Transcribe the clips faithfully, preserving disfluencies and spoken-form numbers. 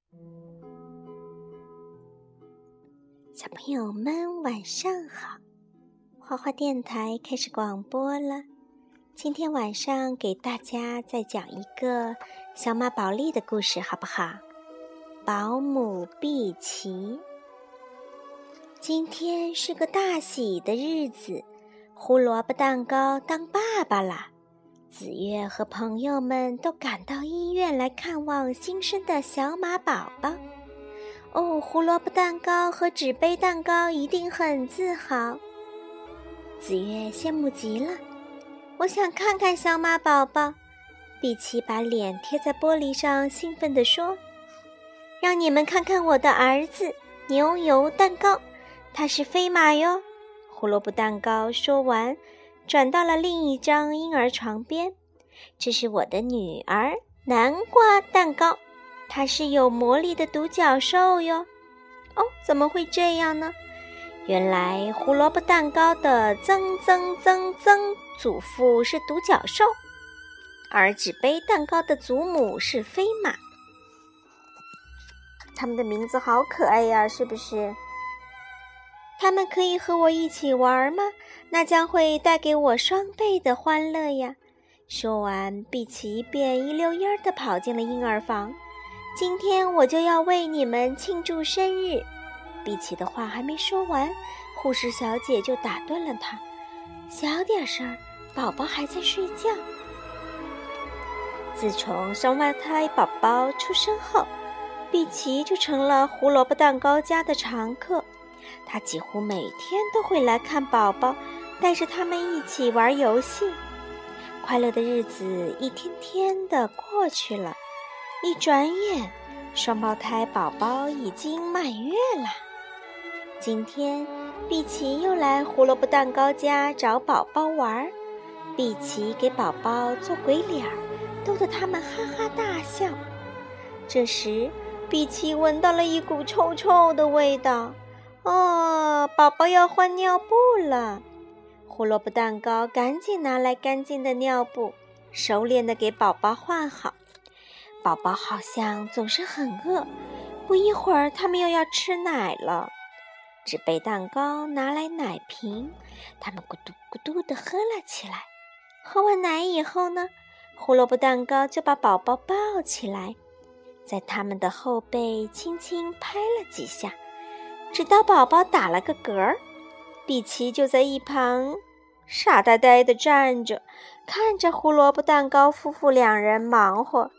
小朋友们晚上好，花花电台开始广播了。今天晚上给大家再讲一个小马宝莉的故事好不好？保姆碧琪。今天是个大喜的日子，胡萝卜蛋糕当爸爸了。子月和朋友们都赶到医院来看望新生的小马宝宝。哦，胡萝卜蛋糕和纸杯蛋糕一定很自豪。子月羡慕极了，我想看看小马宝宝。碧琪把脸贴在玻璃上，兴奋地说：让你们看看我的儿子牛油蛋糕，他是飞马哟。胡萝卜蛋糕说完，转到了另一张婴儿床边。这是我的女儿南瓜蛋糕，它是有魔力的独角兽哟。哦，怎么会这样呢？原来胡萝卜蛋糕的曾曾曾曾祖父是独角兽，而纸杯蛋糕的祖母是飞马。他们的名字好可爱呀，是不是？他们可以和我一起玩吗？那将会带给我双倍的欢乐呀。说完，碧琪便一溜烟儿地跑进了婴儿房。今天我就要为你们庆祝生日。碧琪的话还没说完，护士小姐就打断了她。小点声，宝宝还在睡觉。自从双胞胎宝宝出生后，碧琪就成了胡萝卜蛋糕家的常客。她几乎每天都会来看宝宝，带着他们一起玩游戏。快乐的日子一天天地过去了，一转眼，双胞胎宝宝已经满月了。今天，碧琪又来胡萝卜蛋糕家找宝宝玩。碧琪给宝宝做鬼脸儿，逗得他们哈哈大笑。这时，碧琪闻到了一股臭臭的味道。哦，宝宝要换尿布了。胡萝卜蛋糕赶紧拿来干净的尿布，熟练地给宝宝换好。宝宝好像总是很饿，不一会儿他们又要吃奶了。纸杯蛋糕拿来奶瓶，他们咕嘟咕嘟地喝了起来。喝完奶以后呢，胡萝卜蛋糕就把宝宝抱起来，在他们的后背轻轻拍了几下，直到宝宝打了个嗝儿。碧琪就在一旁傻呆呆地站着，看着胡萝卜蛋糕夫妇两人忙活。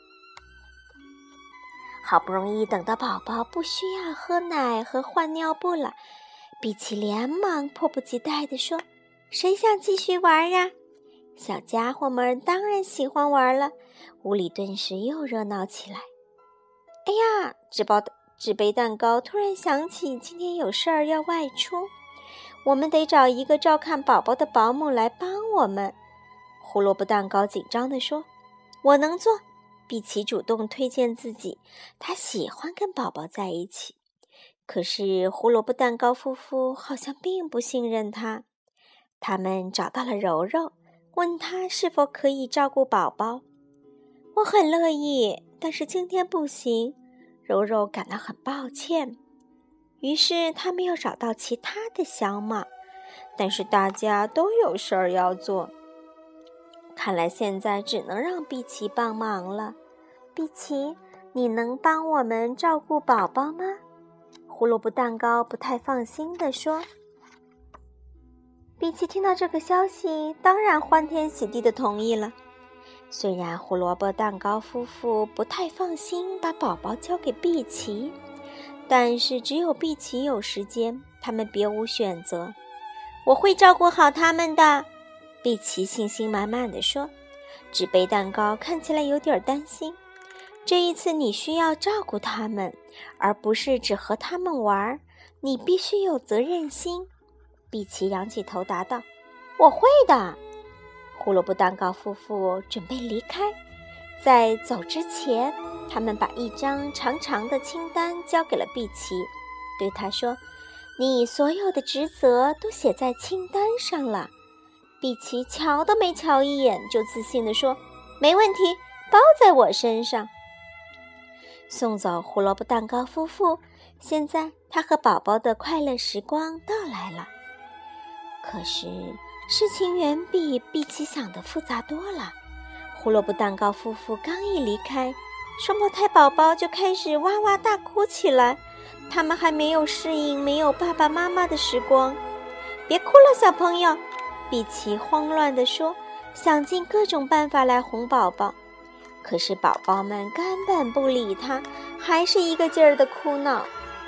好不容易等到宝宝不需要喝奶和换尿布了，碧琪连忙迫不及待地说：谁想继续玩呀？小家伙们当然喜欢玩了，屋里顿时又热闹起来。哎呀，纸包纸杯蛋糕突然想起今天有事儿要外出，我们得找一个照看宝宝的保姆来帮我们。胡萝卜蛋糕紧张地说：我能做。碧琪主动推荐自己，她喜欢跟宝宝在一起。可是胡萝卜蛋糕夫妇好像并不信任她。他们找到了柔柔，问她是否可以照顾宝宝。我很乐意，但是今天不行。柔柔感到很抱歉。于是他们又找到其他的小马，但是大家都有事儿要做。看来现在只能让碧琪帮忙了。碧琪，你能帮我们照顾宝宝吗？胡萝卜蛋糕不太放心地说。碧琪听到这个消息，当然欢天喜地地同意了。虽然胡萝卜蛋糕夫妇不太放心把宝宝交给碧琪，但是只有碧琪有时间，他们别无选择。我会照顾好他们的，碧琪信心满满地说。纸杯蛋糕看起来有点担心。这一次你需要照顾他们，而不是只和他们玩，你必须有责任心。碧琪仰起头答道：我会的。胡萝卜蛋糕夫妇准备离开，在走之前，他们把一张长长的清单交给了碧琪，对她说：你所有的职责都写在清单上了。碧琪瞧都没瞧一眼，就自信地说：没问题，包在我身上。 送走胡萝卜蛋糕夫妇，现在他和宝宝的快乐时光到来了。可是事情远比碧琪想的复杂多了。胡萝卜蛋糕夫妇刚一离开，双胞胎宝宝就开始哇哇大哭起来。他们还没有适应没有爸爸妈妈的时光。别哭了，小朋友，碧琪慌乱地说，想尽各种办法来哄宝宝。可是宝宝们根本不理他，还是一个劲儿的哭闹。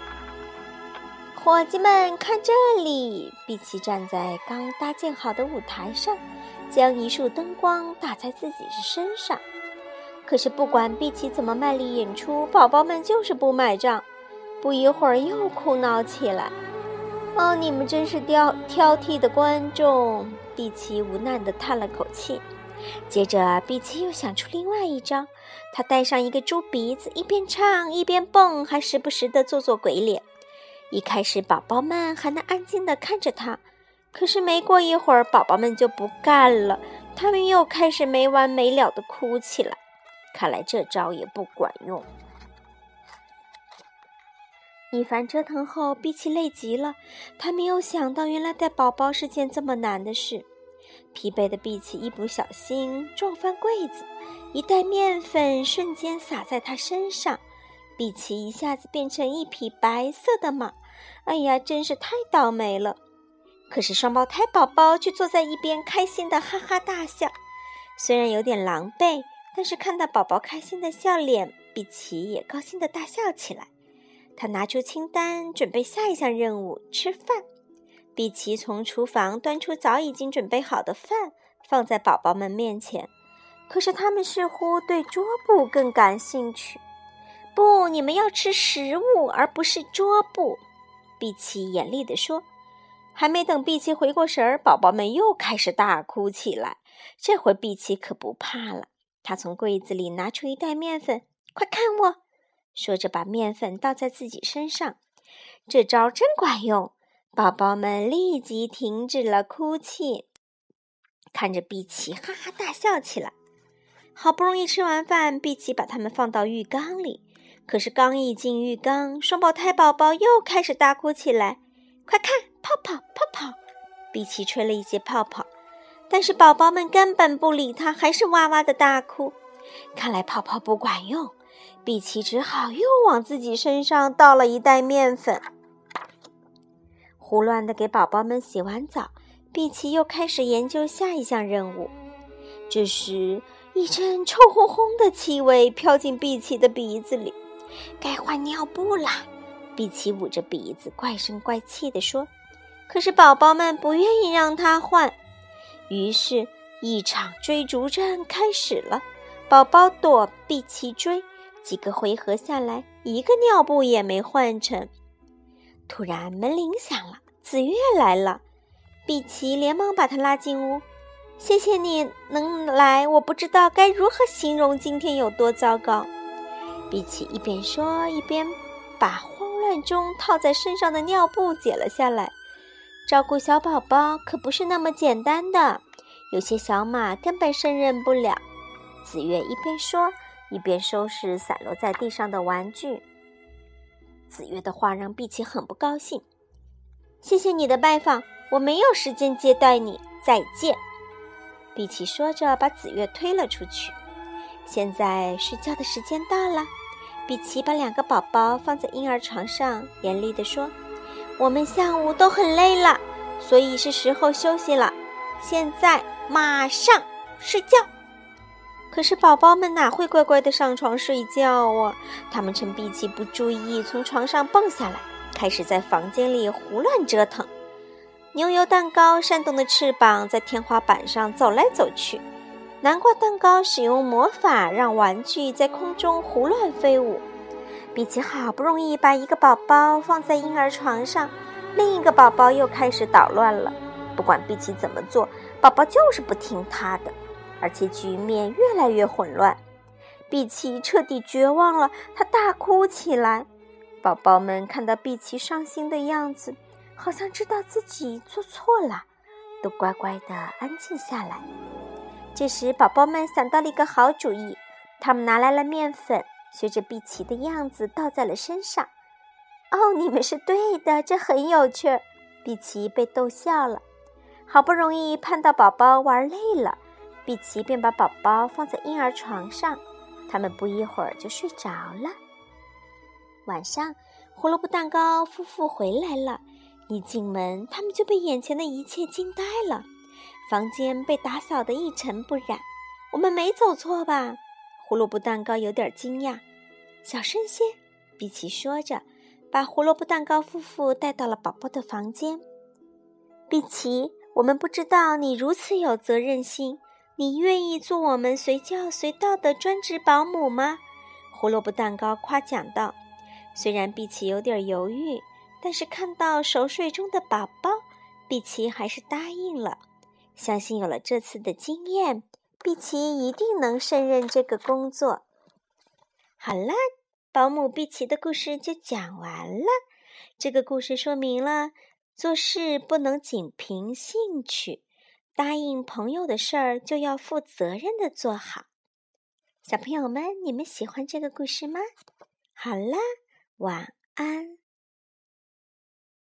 伙计们，看这里！碧琪站在刚搭建好的舞台上，将一束灯光打在自己的身上。可是不管碧琪怎么卖力演出，宝宝们就是不买账。不一会儿又哭闹起来。哦，你们真是挑挑剔的观众！碧琪无奈地叹了口气。接着碧琪又想出另外一招，她戴上一个猪鼻子，一边唱一边蹦，还时不时地做做鬼脸。一开始宝宝们还能安静地看着她，可是没过一会儿宝宝们就不干了，他们又开始没完没了地哭起来。看来这招也不管用。一番折腾后，碧琪累极了，她没有想到原来带宝宝是件这么难的事。疲惫的碧琪一不小心撞翻柜子，一袋面粉瞬间洒在她身上，碧琪一下子变成一匹白色的马。哎呀，真是太倒霉了。可是双胞胎宝宝却坐在一边开心的哈哈大笑，虽然有点狼狈，但是看到宝宝开心的笑脸，碧琪也高兴的大笑起来。他拿出清单，准备下一项任务，吃饭。碧琪从厨房端出早已经准备好的饭，放在宝宝们面前。可是他们似乎对桌布更感兴趣。不，你们要吃食物，而不是桌布，碧琪严厉地说。还没等碧琪回过神儿，宝宝们又开始大哭起来。这回碧琪可不怕了，她从柜子里拿出一袋面粉，快看我！说着把面粉倒在自己身上。这招真管用，宝宝们立即停止了哭泣，看着碧琪哈哈大笑起来。好不容易吃完饭，碧琪把它们放到浴缸里，可是刚一进浴缸，双胞胎宝宝又开始大哭起来。快看，泡泡泡泡！碧琪吹了一些泡泡，但是宝宝们根本不理他，还是哇哇的大哭。看来泡泡不管用，碧琪只好又往自己身上倒了一袋面粉。胡乱地给宝宝们洗完澡，碧琪又开始研究下一项任务。这时一阵臭烘烘的气味飘进碧琪的鼻子里。该换尿布啦！碧琪捂着鼻子怪声怪气地说。可是宝宝们不愿意让她换，于是一场追逐战开始了。宝宝躲，碧琪追，几个回合下来，一个尿布也没换成。突然门铃响了，紫月来了。碧琪连忙把她拉进屋。谢谢你能来，我不知道该如何形容今天有多糟糕。碧琪一边说，一边把慌乱中套在身上的尿布解了下来。照顾小宝宝可不是那么简单的，有些小马根本胜任不了。紫月一边说，一边收拾散落在地上的玩具。紫月的话让碧琪很不高兴。谢谢你的拜访，我没有时间接待你，再见。碧琪说着把紫月推了出去。现在睡觉的时间到了，碧琪把两个宝宝放在婴儿床上，严厉地说，我们下午都很累了，所以是时候休息了，现在马上睡觉。可是宝宝们哪会乖乖地上床睡觉啊？他们趁碧琪不注意从床上蹦下来，开始在房间里胡乱折腾。牛油蛋糕扇动的翅膀在天花板上走来走去，南瓜蛋糕使用魔法让玩具在空中胡乱飞舞。碧琪好不容易把一个宝宝放在婴儿床上，另一个宝宝又开始捣乱了。不管碧琪怎么做，宝宝就是不听她的，而且局面越来越混乱。碧琪彻底绝望了，她大哭起来。宝宝们看到碧琪伤心的样子，好像知道自己做错了，都乖乖地安静下来。这时宝宝们想到了一个好主意，他们拿来了面粉， 学着碧琪的样子倒在了身上。哦，你们是对的，这很有趣。碧琪被逗笑了。好不容易盼到宝宝玩累了，碧琪便把宝宝放在婴儿床上，他们不一会儿就睡着了。晚上，胡萝卜蛋糕夫妇回来了，一进门，他们就被眼前的一切惊呆了。房间被打扫得一尘不染。我们没走错吧？胡萝卜蛋糕有点惊讶。小声些，碧琪说着，把胡萝卜蛋糕夫妇带到了宝宝的房间。碧琪，我们不知道你如此有责任心，你愿意做我们随叫随到的专职保姆吗？胡萝卜蛋糕夸奖道。虽然碧琪有点犹豫，但是看到熟睡中的宝宝，碧琪还是答应了。相信有了这次的经验，碧琪一定能胜任这个工作。好啦，保姆碧琪的故事就讲完了。这个故事说明了，做事不能仅凭兴趣，答应朋友的事儿就要负责任地做好。小朋友们，你们喜欢这个故事吗？好啦，晚安。